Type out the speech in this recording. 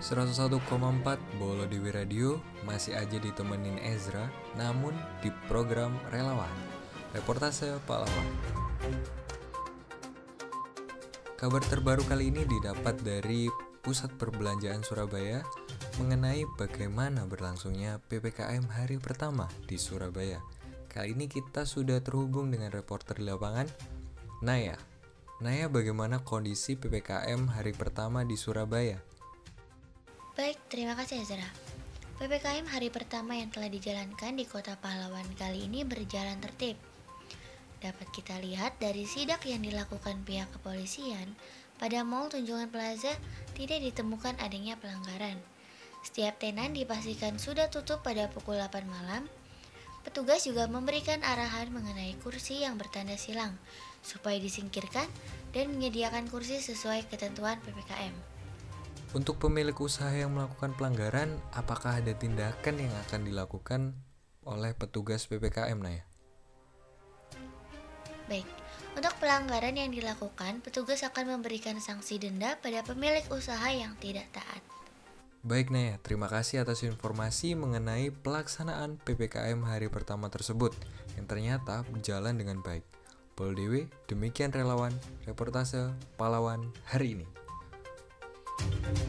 101,4 Bolo Dewi Radio masih aja ditemenin Ezra, namun di program Relawan, reportase pahlawan. Kabar terbaru kali ini didapat dari Pusat Perbelanjaan Surabaya mengenai bagaimana berlangsungnya PPKM hari pertama di Surabaya. Kali ini kita sudah terhubung dengan reporter di lapangan, Naya. Naya, bagaimana kondisi PPKM hari pertama di Surabaya? Baik, terima kasih Ezra. PPKM hari pertama yang telah dijalankan di Kota Pahlawan kali ini berjalan tertib. Dapat kita lihat dari sidak yang dilakukan pihak kepolisian, pada Mall Tunjungan Plaza tidak ditemukan adanya pelanggaran. Setiap tenan dipastikan sudah tutup pada pukul 8 malam. Petugas juga memberikan arahan mengenai kursi yang bertanda silang, supaya disingkirkan dan menyediakan kursi sesuai ketentuan PPKM. Untuk pemilik usaha yang melakukan pelanggaran, apakah ada tindakan yang akan dilakukan oleh petugas PPKM, Naya? Baik, untuk pelanggaran yang dilakukan, petugas akan memberikan sanksi denda pada pemilik usaha yang tidak taat. Baik, Naya, terima kasih atas informasi mengenai pelaksanaan PPKM hari pertama tersebut yang ternyata berjalan dengan baik. Bolo Dewi, demikian Relawan, reportase pahlawan hari ini.